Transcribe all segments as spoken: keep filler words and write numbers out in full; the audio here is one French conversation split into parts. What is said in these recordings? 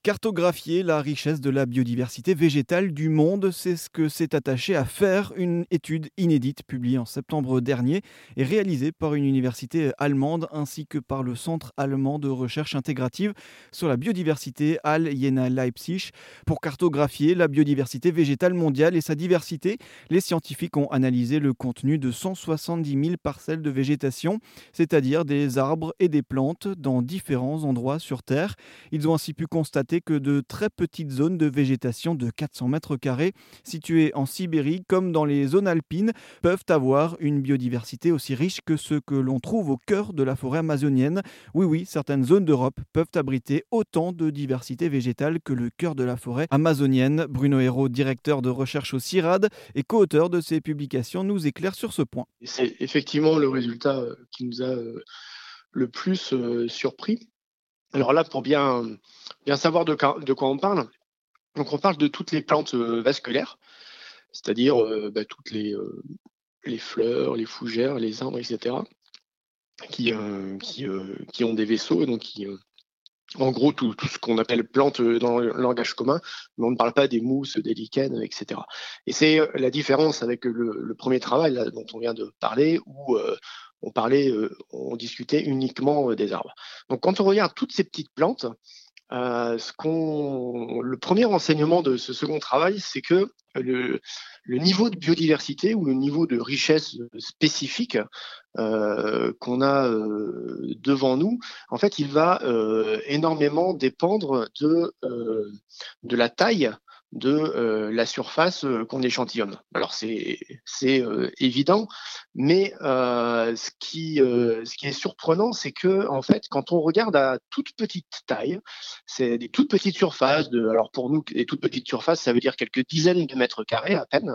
Cartographier la richesse de la biodiversité végétale du monde, c'est ce que s'est attaché à faire une étude inédite publiée en septembre dernier et réalisée par une université allemande ainsi que par le Centre allemand de recherche intégrative sur la biodiversité Halle-Jena Leipzig. Pour cartographier la biodiversité végétale mondiale et sa diversité, les scientifiques ont analysé le contenu de cent soixante-dix mille parcelles de végétation, c'est-à-dire des arbres et des plantes dans différents endroits sur Terre. Ils ont ainsi pu constater que de très petites zones de végétation de quatre cents mètres carrés, situées en Sibérie comme dans les zones alpines, peuvent avoir une biodiversité aussi riche que ce que l'on trouve au cœur de la forêt amazonienne. Oui, oui, certaines zones d'Europe peuvent abriter autant de diversité végétale que le cœur de la forêt amazonienne. Bruno Hérault, directeur de recherche au CIRAD et co-auteur de ces publications, nous éclaire sur ce point. C'est effectivement le résultat euh, qui nous a euh, le plus euh, surpris. Alors là, pour bien, bien savoir de, de quoi on parle, donc on parle de toutes les plantes euh, vasculaires, c'est-à-dire euh, bah, toutes les, euh, les fleurs, les fougères, les arbres, et cetera, qui, euh, qui, euh, qui ont des vaisseaux, donc qui, euh, en gros, tout, tout ce qu'on appelle plantes dans le langage commun, mais on ne parle pas des mousses, des lichens, et cetera. Et c'est la différence avec le, le premier travail là, dont on vient de parler, où euh, on parlait, euh, on discutait uniquement euh, des arbres. Donc, quand on regarde toutes ces petites plantes, euh, ce qu'on, le premier enseignement de ce second travail, c'est que le, le niveau de biodiversité ou le niveau de richesse spécifique euh, qu'on a euh, devant nous, en fait, il va euh, énormément dépendre de, euh, de la taille de euh, la surface euh, qu'on échantillonne. Alors c'est c'est euh, évident, mais euh, ce qui euh, ce qui est surprenant, c'est que en fait, quand on regarde à toute petite taille, c'est des toutes petites surfaces. De, alors pour nous, des toutes petites surfaces, ça veut dire quelques dizaines de mètres carrés à peine.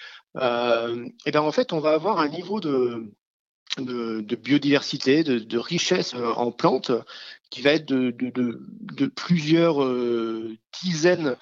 Euh, et ben en fait, on va avoir un niveau de de, de biodiversité, de, de richesse en plantes qui va être de, de, de, de plusieurs euh, dizaines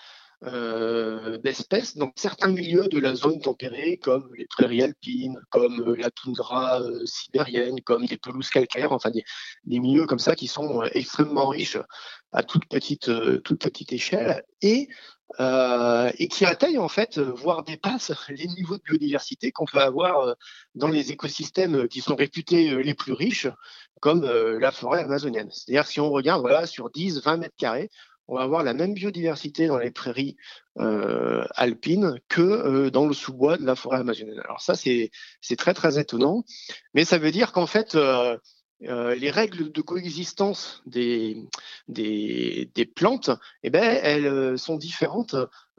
euh, d'espèces dans certains milieux de la zone tempérée, comme les prairies alpines, comme euh, la toundra euh, sibérienne, comme les pelouses calcaires, enfin des, des milieux comme ça qui sont euh, extrêmement riches à toute petite, euh, toute petite échelle et, euh, et qui atteignent en fait, euh, voire dépassent les niveaux de biodiversité qu'on peut avoir euh, dans les écosystèmes qui sont réputés euh, les plus riches, comme euh, la forêt amazonienne. C'est-à-dire si on regarde voilà, sur dix, vingt mètres carrés, on va avoir la même biodiversité dans les prairies euh, alpines que euh, dans le sous-bois de la forêt amazonienne. Alors ça, c'est c'est très très étonnant, mais ça veut dire qu'en fait, euh, euh, les règles de coexistence des des, des plantes, eh ben, elles euh, sont différentes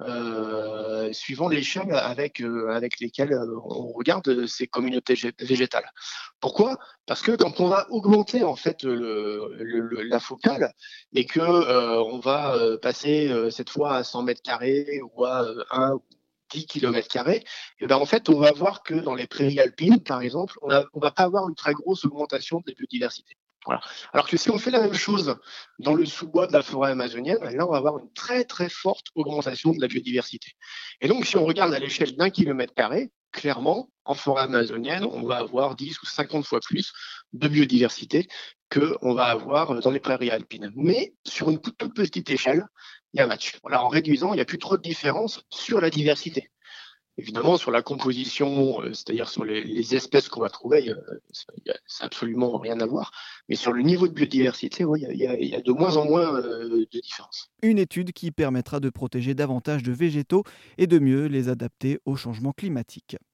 euh, suivant l'échelle avec euh, avec lesquelles euh, on regarde ces communautés végétales. Pourquoi? Parce que quand on va augmenter en fait le, le, le- la focale et que euh, on va euh, passer euh, cette fois à cent mètres carrés ou à euh, un ou dix kilomètres carrés, et ben en fait on va voir que dans les prairies alpines par exemple, on a, on va pas avoir une très grosse augmentation de la biodiversité. Voilà. Alors que si on fait la même chose dans le sous-bois de la forêt amazonienne, là on va avoir une très très forte augmentation de la biodiversité. Et donc si on regarde à l'échelle d'un kilomètre carré, clairement, en forêt amazonienne, on va avoir dix ou cinquante fois plus de biodiversité qu'on va avoir dans les prairies alpines. Mais sur une toute petite échelle, il y a un match. Voilà, en réduisant, il n'y a plus trop de différence sur la diversité. Évidemment, sur la composition, euh, c'est-à-dire sur les, les espèces qu'on va trouver, il n'y a, a absolument rien à voir. Mais sur le niveau de biodiversité, oui, il y, a, il y a de moins en moins euh, de différence. Une étude qui permettra de protéger davantage de végétaux et de mieux les adapter au changement climatique.